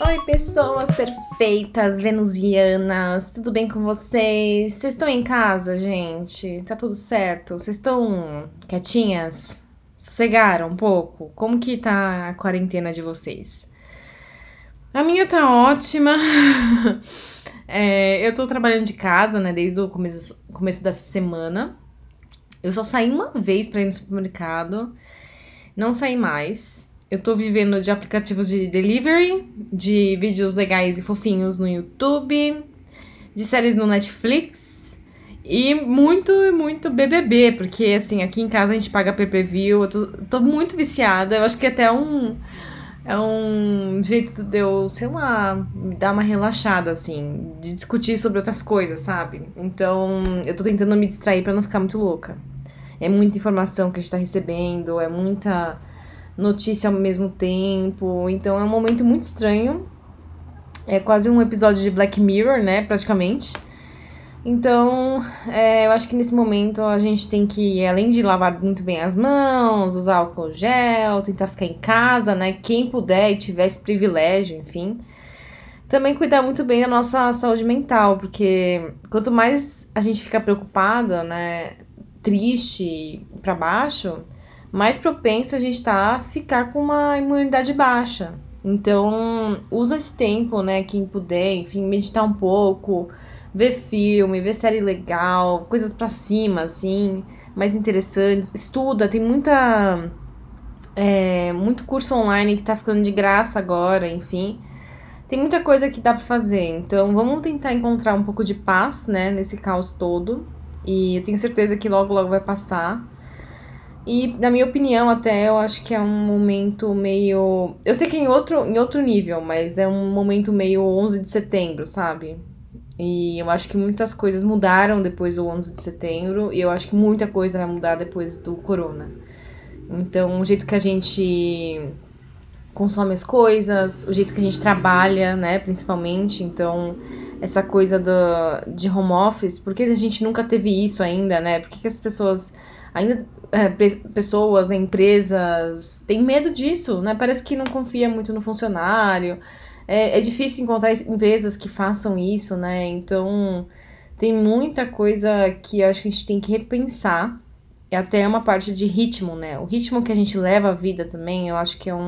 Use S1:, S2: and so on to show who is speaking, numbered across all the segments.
S1: Oi, pessoas perfeitas, venusianas, tudo bem com vocês? Vocês estão em casa, gente? Tá tudo certo? Vocês estão quietinhas? Sossegaram um pouco? Como que tá a quarentena de vocês? A minha tá ótima. Eu tô trabalhando de casa, né, desde o começo dessa semana. Eu só saí uma vez pra ir no supermercado, não saí mais. Eu tô vivendo de aplicativos de delivery, de vídeos legais e fofinhos no YouTube, de séries no Netflix e muito BBB, porque assim, aqui em casa a gente paga pay-per-view, eu tô muito viciada, eu acho que até é um jeito de eu, sei lá, dar uma relaxada, assim, de discutir sobre outras coisas, sabe? Então, eu tô tentando me distrair pra não ficar muito louca. É muita informação que a gente tá recebendo, é muita notícia ao mesmo tempo, então é um momento muito estranho. É quase um episódio de Black Mirror, né, praticamente. Então, eu acho que nesse momento a gente tem que, além de lavar muito bem as mãos, usar álcool gel, tentar ficar em casa, né, quem puder e tiver esse privilégio, enfim. Também cuidar muito bem da nossa saúde mental, porque quanto mais a gente fica preocupada, né, triste, pra baixo, mais propenso a gente tá a ficar com uma imunidade baixa. Então, usa esse tempo, né, quem puder, enfim, meditar um pouco, ver filme, ver série legal, coisas pra cima, assim, mais interessantes. Estuda, tem muito curso online que tá ficando de graça agora, enfim. Tem muita coisa que dá pra fazer, então vamos tentar encontrar um pouco de paz, né, nesse caos todo. E eu tenho certeza que logo vai passar. E, na minha opinião, até, eu acho que é um momento meio... Eu sei que é em outro nível, mas é um momento meio 11 de setembro, sabe? E eu acho que muitas coisas mudaram depois do 11 de setembro, e eu acho que muita coisa vai mudar depois do corona. Então, o jeito que a gente consome as coisas, o jeito que a gente trabalha, né, principalmente. Então, essa coisa de home office, por que a gente nunca teve isso ainda, né? Por que as pessoas ainda... pessoas, né, empresas, têm medo disso, né? Parece que não confia muito no funcionário. É difícil encontrar empresas que façam isso, né? Então, tem muita coisa que eu acho que a gente tem que repensar. E até uma parte de ritmo, né? O ritmo que a gente leva a vida também, eu acho que é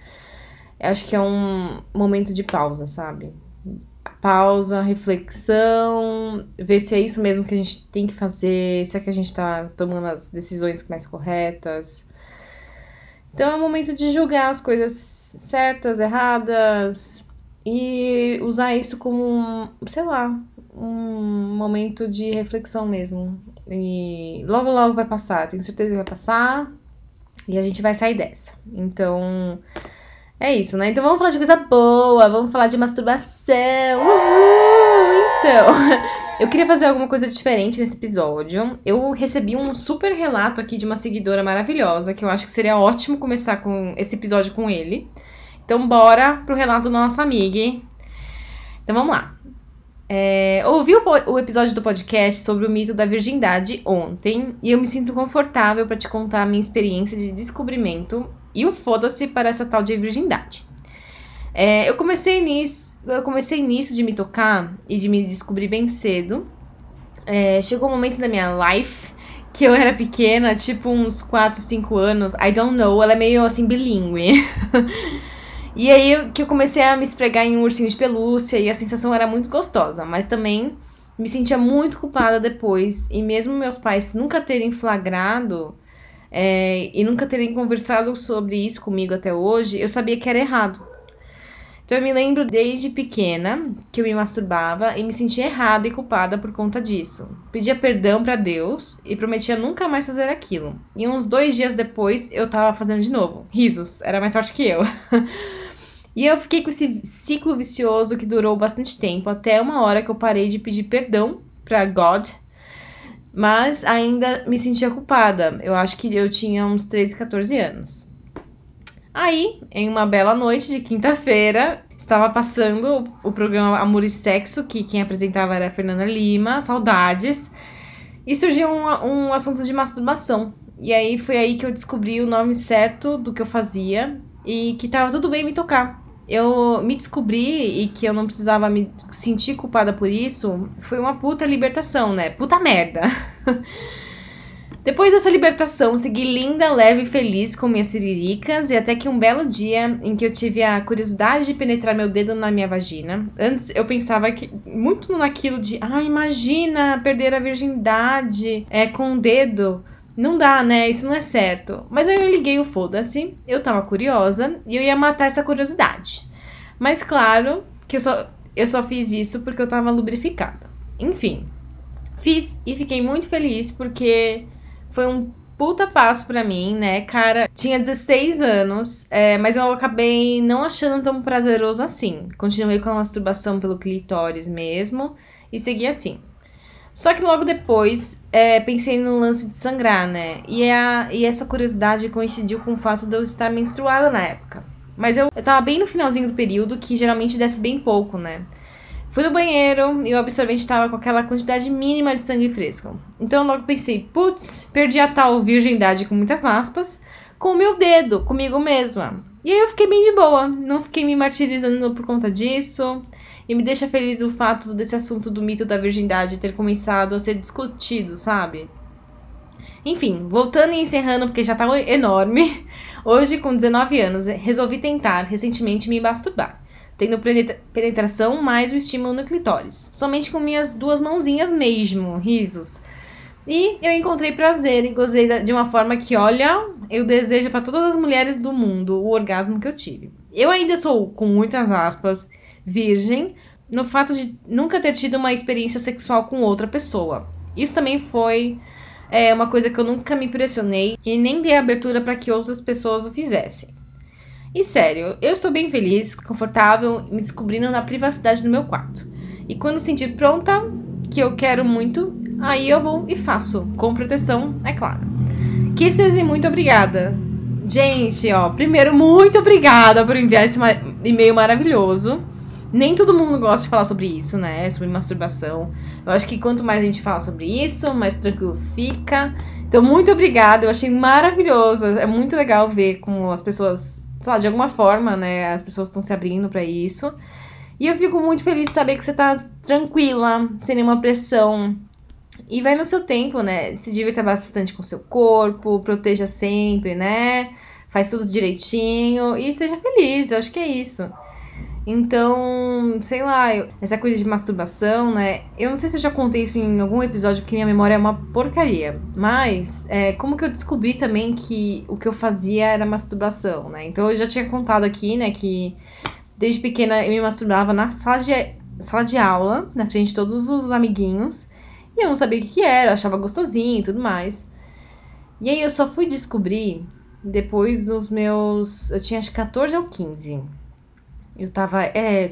S1: um momento de pausa, sabe? Pausa, reflexão, ver se é isso mesmo que a gente tem que fazer, se é que a gente tá tomando as decisões mais corretas. Então é um momento de julgar as coisas certas, erradas e usar isso como, sei lá, um momento de reflexão mesmo. E logo vai passar, tenho certeza que vai passar e a gente vai sair dessa. Então... é isso, né? Então vamos falar de coisa boa, vamos falar de masturbação. Uhul! Então, eu queria fazer alguma coisa diferente nesse episódio. Eu recebi um super relato aqui de uma seguidora maravilhosa, que eu acho que seria ótimo começar com esse episódio com ele. Então bora pro relato da nossa amiga. Então vamos lá. Eu ouvi o episódio do podcast sobre o mito da virgindade ontem e eu me sinto confortável pra te contar a minha experiência de descobrimento e o foda-se para essa tal de virgindade. Eu comecei nisso de me tocar e de me descobrir bem cedo. Chegou um momento da minha life que eu era pequena, tipo uns 4, 5 anos, I don't know, ela é meio assim bilíngue. E aí que eu comecei a me esfregar em um ursinho de pelúcia e a sensação era muito gostosa, mas também me sentia muito culpada depois. E mesmo meus pais nunca terem flagrado e nunca terem conversado sobre isso comigo até hoje, eu sabia que era errado. Então eu me lembro desde pequena que eu me masturbava e me sentia errada e culpada por conta disso. Pedia perdão pra Deus e prometia nunca mais fazer aquilo. E uns 2 dias depois eu tava fazendo de novo. Risos, era mais forte que eu. E eu fiquei com esse ciclo vicioso que durou bastante tempo, até uma hora que eu parei de pedir perdão pra God, mas ainda me sentia culpada. Eu acho que eu tinha uns 13, 14 anos. Aí, em uma bela noite de quinta-feira, estava passando o programa Amor e Sexo, que quem apresentava era a Fernanda Lima, saudades, e surgiu um assunto de masturbação. E aí foi aí que eu descobri o nome certo do que eu fazia e que tava tudo bem me tocar. eu me descobri e que eu não precisava me sentir culpada por isso, foi uma puta libertação, né? Puta merda. Depois dessa libertação, segui linda, leve e feliz com minhas siriricas e até que um belo dia em que eu tive a curiosidade de penetrar meu dedo na minha vagina. Antes eu pensava muito naquilo de, imagina perder a virgindade com o dedo. Não dá, né? Isso não é certo. Mas aí eu liguei o foda-se, eu tava curiosa e eu ia matar essa curiosidade. Mas claro que eu só fiz isso porque eu tava lubrificada. Enfim, fiz e fiquei muito feliz porque foi um puta passo pra mim, né, cara? Tinha 16 anos, mas eu acabei não achando tão prazeroso assim. Continuei com a masturbação pelo clitóris mesmo e segui assim. Só que logo depois, pensei no lance de sangrar, né? E essa curiosidade coincidiu com o fato de eu estar menstruada na época. Mas eu tava bem no finalzinho do período, que geralmente desce bem pouco, né? Fui no banheiro e o absorvente tava com aquela quantidade mínima de sangue fresco. Então logo pensei, putz, perdi a tal virgindade com muitas aspas, com o meu dedo, comigo mesma. E aí eu fiquei bem de boa, não fiquei me martirizando por conta disso. E me deixa feliz o fato desse assunto do mito da virgindade ter começado a ser discutido, sabe? Enfim, voltando e encerrando, porque já tá enorme. Hoje, com 19 anos, resolvi tentar recentemente me masturbar, tendo penetração mais o estímulo no clitóris. Somente com minhas 2 mãozinhas mesmo, risos. E eu encontrei prazer e gozei de uma forma que, olha, eu desejo para todas as mulheres do mundo o orgasmo que eu tive. Eu ainda sou, com muitas aspas, virgem, no fato de nunca ter tido uma experiência sexual com outra pessoa. Isso também foi uma coisa que eu nunca me pressionei e nem dei abertura para que outras pessoas o fizessem. E sério, eu estou bem feliz, confortável, me descobrindo na privacidade do meu quarto. E quando sentir pronta, que eu quero muito, aí eu vou e faço, com proteção, é claro. Kisses e muito obrigada. Gente, primeiro, muito obrigada por enviar esse e-mail maravilhoso. Nem todo mundo gosta de falar sobre isso, né? Sobre masturbação. Eu acho que quanto mais a gente fala sobre isso, mais tranquilo fica. Então, muito obrigada. Eu achei maravilhoso. É muito legal ver como as pessoas, sei lá, de alguma forma, né? As pessoas estão se abrindo pra isso. E eu fico muito feliz de saber que você tá tranquila, sem nenhuma pressão. E vai no seu tempo, né? Se divirta bastante com o seu corpo, proteja sempre, né? Faz tudo direitinho e seja feliz. Eu acho que é isso. Então, sei lá, essa coisa de masturbação, né? Eu não sei se eu já contei isso em algum episódio, porque minha memória é uma porcaria. Mas, como que eu descobri também que o que eu fazia era masturbação, né? Então, eu já tinha contado aqui, né, que desde pequena eu me masturbava na sala de aula, na frente de todos os amiguinhos. E eu não sabia o que era, achava gostosinho e tudo mais. E aí, eu só fui descobrir depois dos meus... Eu tinha acho que 14 ou 15. Eu tava,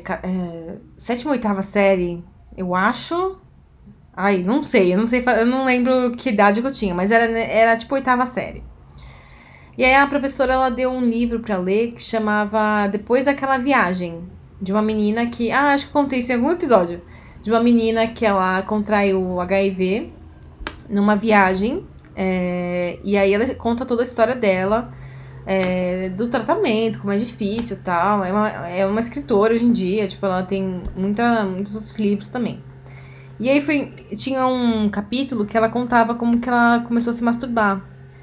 S1: 7ª, 8ª série, eu acho. Ai, não sei, eu não lembro que idade que eu tinha, mas era tipo 8ª série. E aí a professora, ela deu um livro pra ler que chamava Depois daquela Viagem, de uma menina que, acho que eu contei isso em algum episódio, de uma menina que ela contraiu o HIV numa viagem, e aí ela conta toda a história dela, do tratamento, como é difícil e tal. É uma escritora hoje em dia, tipo, ela tem muitos outros livros também. E aí tinha um capítulo que ela contava como que ela começou a se masturbar.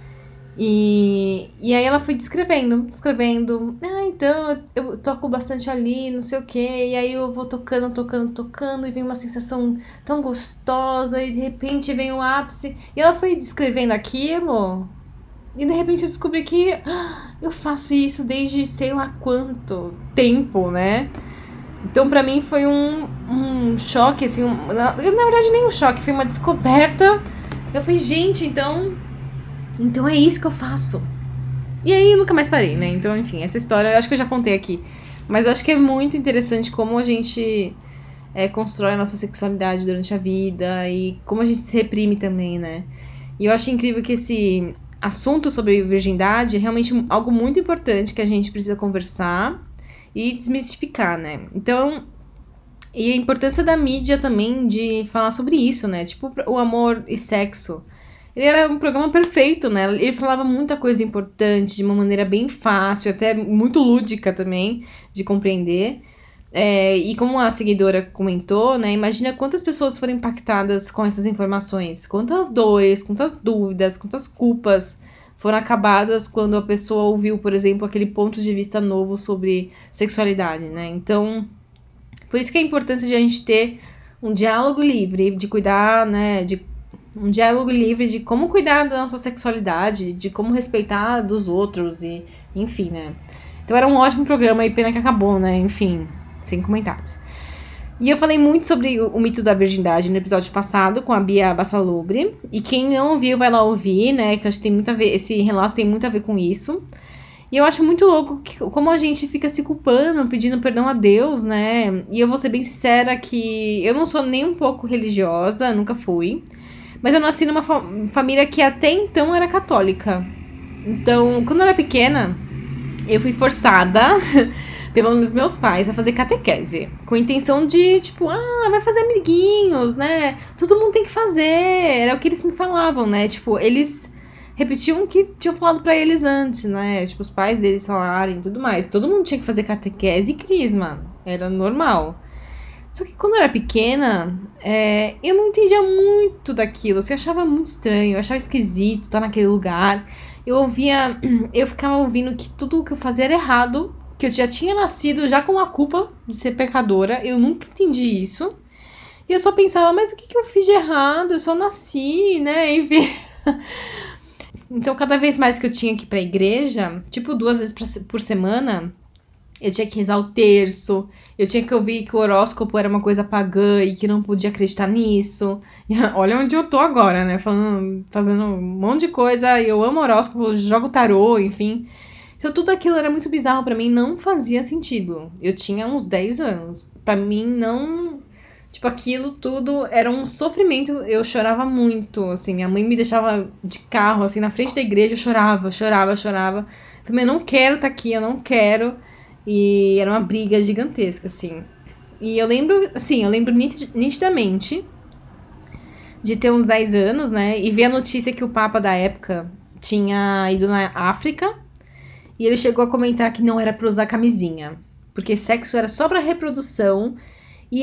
S1: E aí ela foi descrevendo. Então, eu toco bastante ali, não sei o quê. E aí eu vou tocando, e vem uma sensação tão gostosa, e de repente vem o ápice. E ela foi descrevendo aquilo... E de repente eu descobri que eu faço isso desde sei lá quanto tempo, né? Então pra mim foi um choque, assim, na verdade nem um choque, foi uma descoberta. Eu falei, gente, então é isso que eu faço. E aí eu nunca mais parei, né? Então, enfim, essa história eu acho que eu já contei aqui. Mas eu acho que é muito interessante como a gente constrói a nossa sexualidade durante a vida e como a gente se reprime também, né? E eu acho incrível que esse assunto sobre virgindade é realmente algo muito importante que a gente precisa conversar e desmistificar, né? Então, e a importância da mídia também de falar sobre isso, né? Tipo, o amor e sexo. Ele era um programa perfeito, né? Ele falava muita coisa importante, de uma maneira bem fácil, até muito lúdica também, de compreender. E como a seguidora comentou, né? Imagina quantas pessoas foram impactadas com essas informações. Quantas dores, quantas dúvidas, quantas culpas foram acabadas quando a pessoa ouviu, por exemplo, aquele ponto de vista novo sobre sexualidade, né? Então, por isso que é a importância de a gente ter um diálogo livre, de cuidar, né? Um diálogo livre de como cuidar da nossa sexualidade, de como respeitar dos outros, e enfim, né? Então era um ótimo programa e pena que acabou, né? Enfim, sem comentários. E eu falei muito sobre o mito da virgindade no episódio passado com a Bia Bassalubre. E quem não ouviu vai lá ouvir, né? Que eu acho que tem muito a ver, esse relato tem muito a ver com isso. E eu acho muito louco como a gente fica se culpando, pedindo perdão a Deus, né? E eu vou ser bem sincera que eu não sou nem um pouco religiosa, nunca fui. Mas eu nasci numa família que até então era católica. Então, quando eu era pequena, eu fui forçada pelos meus pais a fazer catequese. Com a intenção de, tipo, vai fazer amiguinhos, né? Todo mundo tem que fazer. Era o que eles me falavam, né? Tipo, eles repetiam o que tinham falado pra eles antes, né? Tipo, os pais deles falarem e tudo mais. Todo mundo tinha que fazer catequese e crisma. Era normal. Só que quando eu era pequena, eu não entendia muito daquilo. Assim, eu achava muito estranho, eu achava esquisito estar naquele lugar. Eu ficava ouvindo que tudo o que eu fazia era errado, que eu já tinha nascido já com a culpa de ser pecadora. Eu nunca entendi isso. E eu só pensava, mas o que eu fiz de errado? Eu só nasci, né? Enfim. Então, cada vez mais que eu tinha que ir pra igreja, tipo 2 vezes por semana, eu tinha que rezar o terço, eu tinha que ouvir que o horóscopo era uma coisa pagã e que não podia acreditar nisso. E olha onde eu tô agora, né? Fazendo um monte de coisa, eu amo horóscopo, jogo tarô, enfim. Então tudo aquilo era muito bizarro pra mim, não fazia sentido. Eu tinha uns 10 anos. Pra mim não... Tipo, aquilo tudo era um sofrimento, eu chorava muito, assim. Minha mãe me deixava de carro, assim, na frente da igreja, eu chorava. Também, eu não quero estar aqui, eu não quero... E era uma briga gigantesca, assim. E eu lembro nitidamente de ter uns 10 anos, né? E ver a notícia que o Papa da época tinha ido na África. E ele chegou a comentar que não era pra usar camisinha. Porque sexo era só pra reprodução. E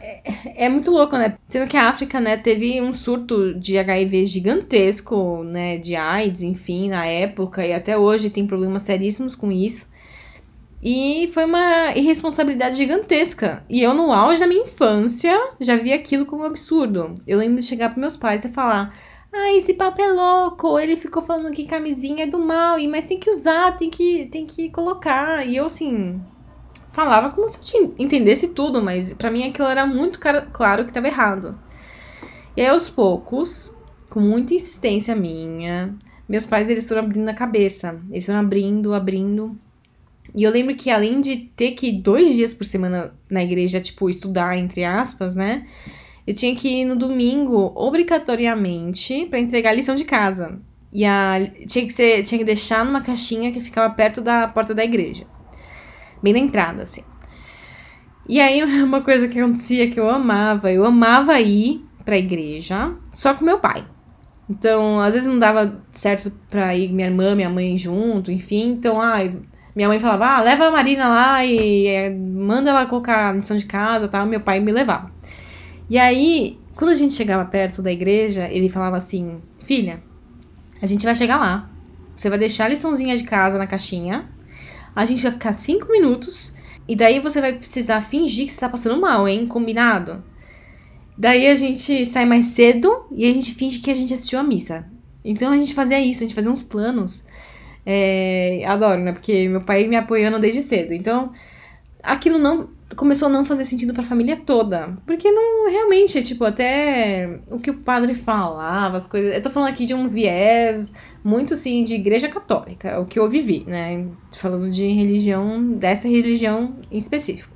S1: é muito louco, né? Sendo que a África, né, teve um surto de HIV gigantesco, né? De AIDS, enfim, na época. E até hoje tem problemas seríssimos com isso. E foi uma irresponsabilidade gigantesca. E eu, no auge da minha infância, já vi aquilo como um absurdo. Eu lembro de chegar pros meus pais e falar: esse papo é louco, ele ficou falando que camisinha é do mal, mas tem que usar, tem que colocar. E eu, assim, falava como se eu entendesse tudo, mas pra mim aquilo era muito claro que tava errado. E aí, aos poucos, com muita insistência minha, meus pais, eles foram abrindo a cabeça. Eles foram abrindo. E eu lembro que além de ter que ir 2 dias por semana na igreja, tipo, estudar, entre aspas, né? Eu tinha que ir no domingo, obrigatoriamente, pra entregar a lição de casa. E tinha que deixar numa caixinha que ficava perto da porta da igreja. Bem na entrada, assim. E aí, uma coisa que acontecia que eu amava ir pra igreja, só com meu pai. Então, às vezes não dava certo pra ir minha irmã, minha mãe junto, enfim. Então, minha mãe falava, leva a Marina lá e manda ela colocar a lição de casa e tal. Meu pai me levava. E aí, quando a gente chegava perto da igreja, ele falava assim: filha, a gente vai chegar lá. Você vai deixar a liçãozinha de casa na caixinha. A gente vai ficar 5 minutos. E daí você vai precisar fingir que você tá passando mal, hein? Combinado? Daí a gente sai mais cedo e a gente finge que a gente assistiu a missa. Então a gente fazia isso, a gente fazia uns planos. Adoro, né? Porque meu pai me apoiando desde cedo. Então, aquilo começou a não fazer sentido pra família toda. Porque não, realmente, tipo, até o que o padre falava, as coisas... Eu tô falando aqui de um viés muito, assim, de igreja católica, o que eu vivi, né? Falando de religião, dessa religião em específico.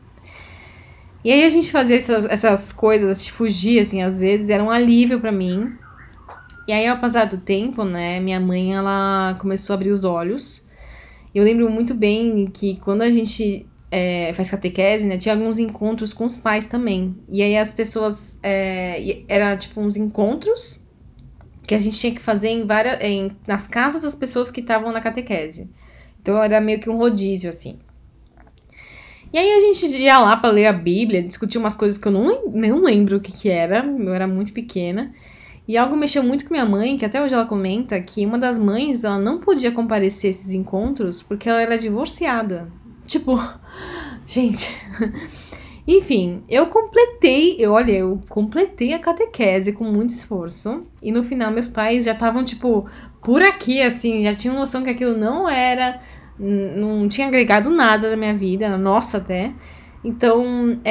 S1: E aí a gente fazia essas coisas, a gente fugia, assim, às vezes, era um alívio pra mim. E aí, ao passar do tempo, né, minha mãe, ela começou a abrir os olhos. Eu lembro muito bem que quando a gente faz catequese, né, tinha alguns encontros com os pais também. E aí as pessoas, era tipo uns encontros que a gente tinha que fazer nas casas das pessoas que estavam na catequese. Então era meio que um rodízio, assim. E aí a gente ia lá pra ler a Bíblia, discutir umas coisas que eu não lembro o que era, eu era muito pequena. E algo mexeu muito com minha mãe, que até hoje ela comenta que uma das mães, ela não podia comparecer a esses encontros porque ela era divorciada. Tipo, gente... Enfim, eu completei a catequese com muito esforço. E no final meus pais já estavam, tipo, por aqui, assim, já tinham noção que aquilo não tinha agregado nada na minha vida, na nossa até. Então,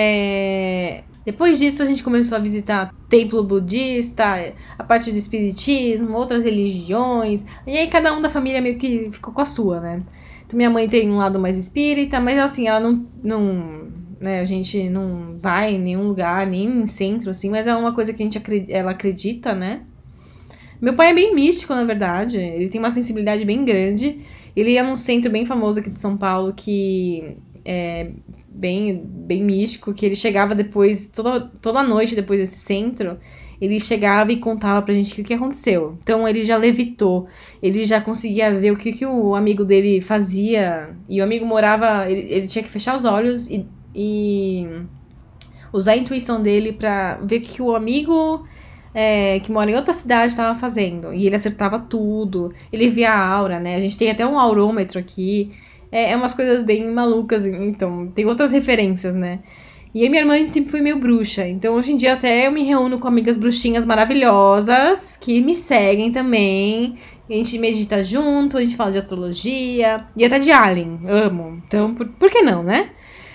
S1: depois disso a gente começou a visitar templo budista, a parte do espiritismo, outras religiões. E aí cada um da família meio que ficou com a sua, né? Então minha mãe tem um lado mais espírita, mas assim, ela não né, a gente não vai em nenhum lugar, nem em centro, assim, mas é uma coisa que ela acredita, né? Meu pai é bem místico, na verdade, ele tem uma sensibilidade bem grande. Ele ia num centro bem famoso aqui de São Paulo, que é bem místico, que ele chegava depois, toda noite depois desse centro, ele chegava e contava pra gente o que aconteceu. Então ele já levitou, ele já conseguia ver o que o amigo dele fazia, e o amigo morava, ele tinha que fechar os olhos e usar a intuição dele pra ver o que o amigo que mora em outra cidade estava fazendo. E ele acertava tudo. Ele via a aura, né? A gente tem até um aurômetro aqui. É umas coisas bem malucas. Então, tem outras referências, né? E eu e minha irmã, a gente sempre foi meio bruxa. Então, hoje em dia, até eu me reúno com amigas bruxinhas maravilhosas que me seguem também. A gente medita junto, a gente fala de astrologia. E até de alien. Amo. Então, por que não, né?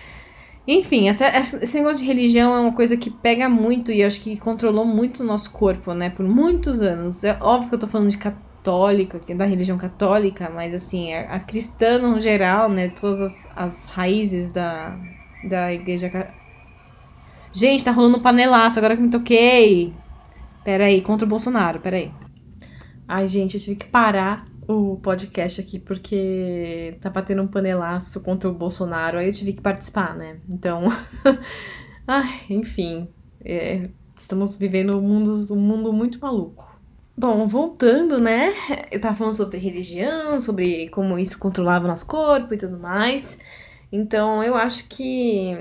S1: Enfim, até esse negócio de religião é uma coisa que pega muito e eu acho que controlou muito o nosso corpo, né? Por muitos anos. É óbvio que eu tô falando de católica, da religião católica, mas assim, a cristã no geral, né? Todas as raízes da igreja católica. Gente, tá rolando um panelaço, agora que me toquei. Pera aí, contra o Bolsonaro, pera aí. Ai, gente, eu tive que parar o podcast aqui porque tá batendo um panelaço contra o Bolsonaro, aí eu tive que participar, né? Então, ai, enfim, estamos vivendo um mundo muito maluco. Bom, voltando, né? Eu tava falando sobre religião, sobre como isso controlava o nosso corpo e tudo mais. Então, eu acho que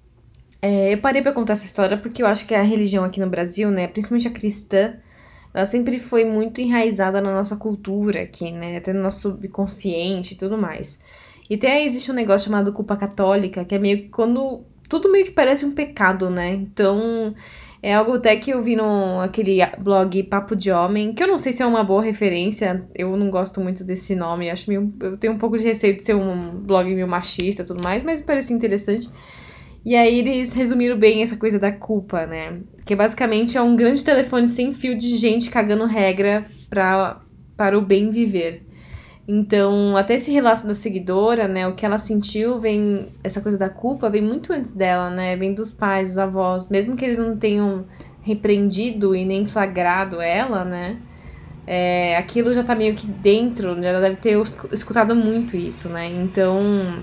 S1: eu parei pra contar essa história porque eu acho que a religião aqui no Brasil, né, principalmente a cristã, ela sempre foi muito enraizada na nossa cultura aqui, né? Até no nosso subconsciente e tudo mais. E até existe um negócio chamado culpa católica, que é meio que quando tudo meio que parece um pecado, né? Então, é algo até que eu vi no aquele blog Papo de Homem, que eu não sei se é uma boa referência, eu não gosto muito desse nome, eu tenho um pouco de receio de ser um blog meio machista e tudo mais, mas parece interessante. E aí eles resumiram bem essa coisa da culpa, né? Que basicamente é um grande telefone sem fio de gente cagando regra para o bem viver. Então, até esse relato da seguidora, né? O que ela sentiu essa coisa da culpa vem muito antes dela, né? Vem dos pais, dos avós. Mesmo que eles não tenham repreendido e nem flagrado ela, né? Aquilo já tá meio que dentro, já deve ter escutado muito isso, né? Então,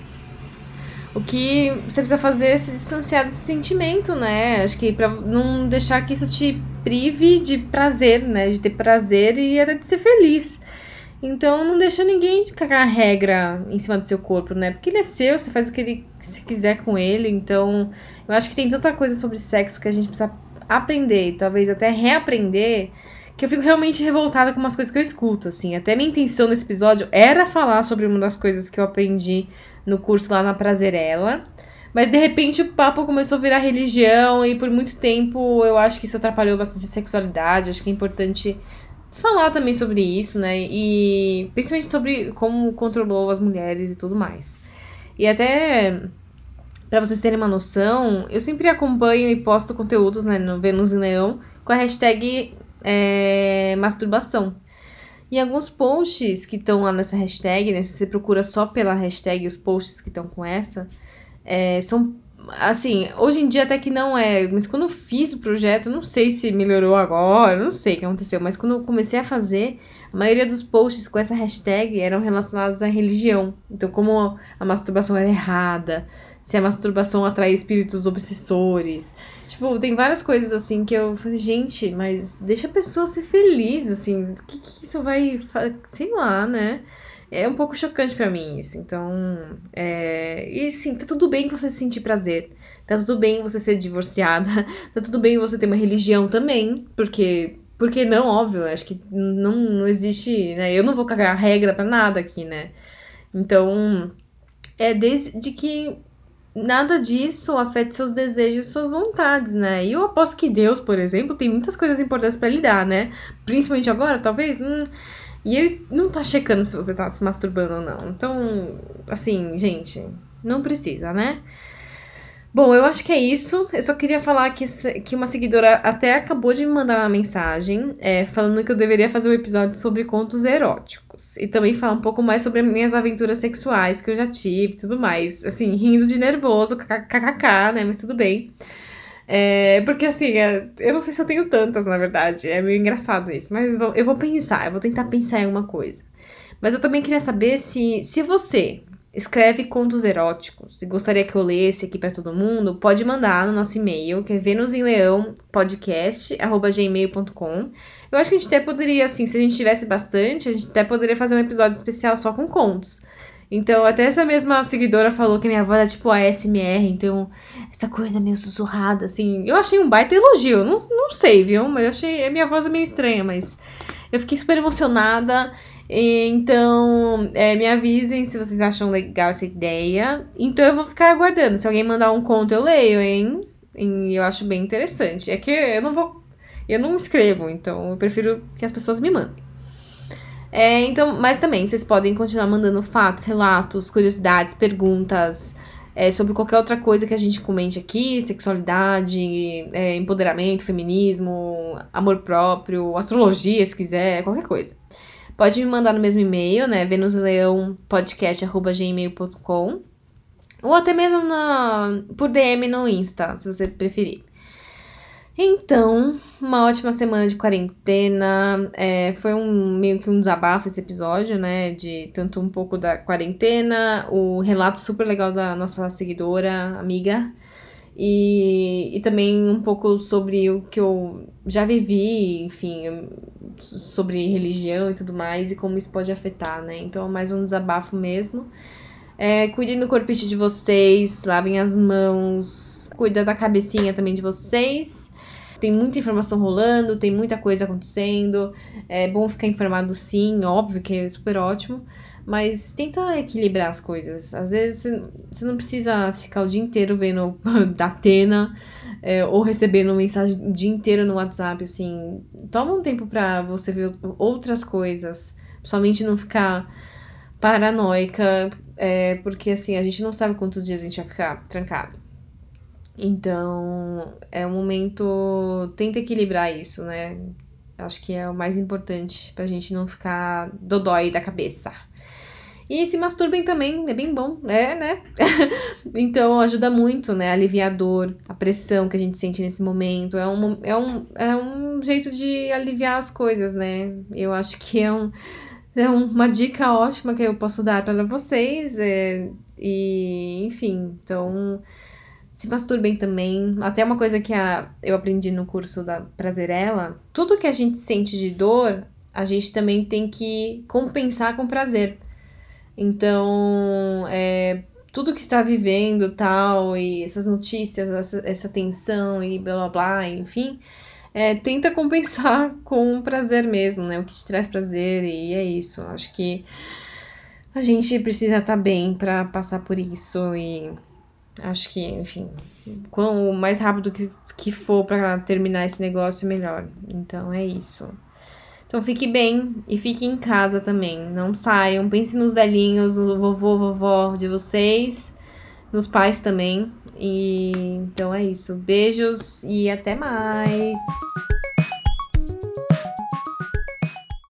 S1: o que você precisa fazer é se distanciar desse sentimento, né? Acho que pra não deixar que isso te prive de prazer, né? De ter prazer e até de ser feliz. Então, não deixa ninguém cagar a regra em cima do seu corpo, né? Porque ele é seu, você faz o que ele se quiser com ele. Então, eu acho que tem tanta coisa sobre sexo que a gente precisa aprender e talvez até reaprender, que eu fico realmente revoltada com umas coisas que eu escuto, assim. Até minha intenção nesse episódio era falar sobre uma das coisas que eu aprendi no curso lá na Prazerela. Mas, de repente, o papo começou a virar religião e, por muito tempo, eu acho que isso atrapalhou bastante a sexualidade. Acho que é importante falar também sobre isso, né? E principalmente sobre como controlou as mulheres e tudo mais. E até, pra vocês terem uma noção, eu sempre acompanho e posto conteúdos, né, no Vênus em Leão com a hashtag masturbação. E alguns posts que estão lá nessa hashtag, né? Se você procura só pela hashtag os posts que estão com essa, são, assim, hoje em dia até que não mas quando eu fiz o projeto, não sei se melhorou agora, não sei o que aconteceu, mas quando eu comecei a fazer, a maioria dos posts com essa hashtag eram relacionados à religião. Então, como a masturbação era errada, se a masturbação atrai espíritos obsessores. Tipo, tem várias coisas assim que eu falei, gente, mas deixa a pessoa ser feliz, assim, o que isso vai, sei lá, né? É um pouco chocante pra mim isso, então, e assim, tá tudo bem você sentir prazer, tá tudo bem você ser divorciada, tá tudo bem você ter uma religião também, porque não, óbvio, acho que não existe, né, eu não vou cagar regra pra nada aqui, né, então, desde que nada disso afete seus desejos e suas vontades, né? E eu aposto que Deus, por exemplo, tem muitas coisas importantes pra lidar, né? Principalmente agora, talvez. E ele não tá checando se você tá se masturbando ou não. Então, assim, gente, não precisa, né? Bom, eu acho que é isso. Eu só queria falar que uma seguidora até acabou de me mandar uma mensagem falando que eu deveria fazer um episódio sobre contos eróticos. E também falar um pouco mais sobre minhas aventuras sexuais que eu já tive e tudo mais. Assim, rindo de nervoso, kkk, né? Mas tudo bem. Porque assim, eu não sei se eu tenho tantas, na verdade. É meio engraçado isso. Mas eu vou pensar, eu vou tentar pensar em alguma coisa. Mas eu também queria saber se você escreve contos eróticos e gostaria que eu lesse aqui pra todo mundo, pode mandar no nosso e-mail, que é venusemleãopodcast@gmail.com. Eu acho que a gente até poderia, assim, se a gente tivesse bastante, a gente até poderia fazer um episódio especial só com contos. Então, até essa mesma seguidora falou que minha voz é tipo ASMR, então, essa coisa meio sussurrada, assim. Eu achei um baita elogio, não sei, viu? Mas eu achei, a minha voz é meio estranha, mas eu fiquei super emocionada. Então, me avisem se vocês acham legal essa ideia. Então, eu vou ficar aguardando. Se alguém mandar um conto, eu leio, hein? E eu acho bem interessante. É que eu não escrevo, então eu prefiro que as pessoas me mandem. Então, mas também, vocês podem continuar mandando fatos, relatos, curiosidades, perguntas sobre qualquer outra coisa que a gente comente aqui, sexualidade, empoderamento, feminismo, amor próprio, astrologia, se quiser, qualquer coisa. Pode me mandar no mesmo e-mail, né, venusleãopodcast@gmail.com, ou até mesmo por DM no Insta, se você preferir. Então, uma ótima semana de quarentena. Foi meio que um desabafo esse episódio, né? De tanto um pouco da quarentena, o relato super legal da nossa seguidora, amiga. E também um pouco sobre o que eu já vivi, enfim, sobre religião e tudo mais, e como isso pode afetar, né? Então, mais um desabafo mesmo. Cuidem do corpite de vocês, lavem as mãos, cuida da cabecinha também de vocês. Tem muita informação rolando, tem muita coisa acontecendo. É bom ficar informado sim, óbvio que é super ótimo. Mas tenta equilibrar as coisas. Às vezes você não precisa ficar o dia inteiro vendo Datena ou recebendo mensagem o dia inteiro no WhatsApp, assim. Toma um tempo pra você ver outras coisas. Somente não ficar paranoica, porque assim, a gente não sabe quantos dias a gente vai ficar trancado. Então, é um momento... Tenta equilibrar isso, né? Acho que é o mais importante pra gente não ficar dodói da cabeça. E se masturbem também, é bem bom, né? Então, ajuda muito, né? Aliviar a dor, a pressão que a gente sente nesse momento. É um jeito de aliviar as coisas, né? Eu acho que é uma dica ótima que eu posso dar para vocês. E, enfim, então... Se masturbem também. Até uma coisa que eu aprendi no curso da Prazerela. Tudo que a gente sente de dor, a gente também tem que compensar com prazer. Então, tudo que está vivendo tal, e essas notícias, essa tensão e blá blá blá, enfim, tenta compensar com prazer mesmo, né? O que te traz prazer, e é isso. Acho que a gente precisa estar bem para passar por isso e... Acho que, enfim, quanto mais rápido que for pra terminar esse negócio, melhor. Então, é isso. Então, fique bem e fique em casa também. Não saiam. Pense nos velhinhos, no vovô, vovó de vocês, nos pais também. Então, é isso. Beijos e até mais!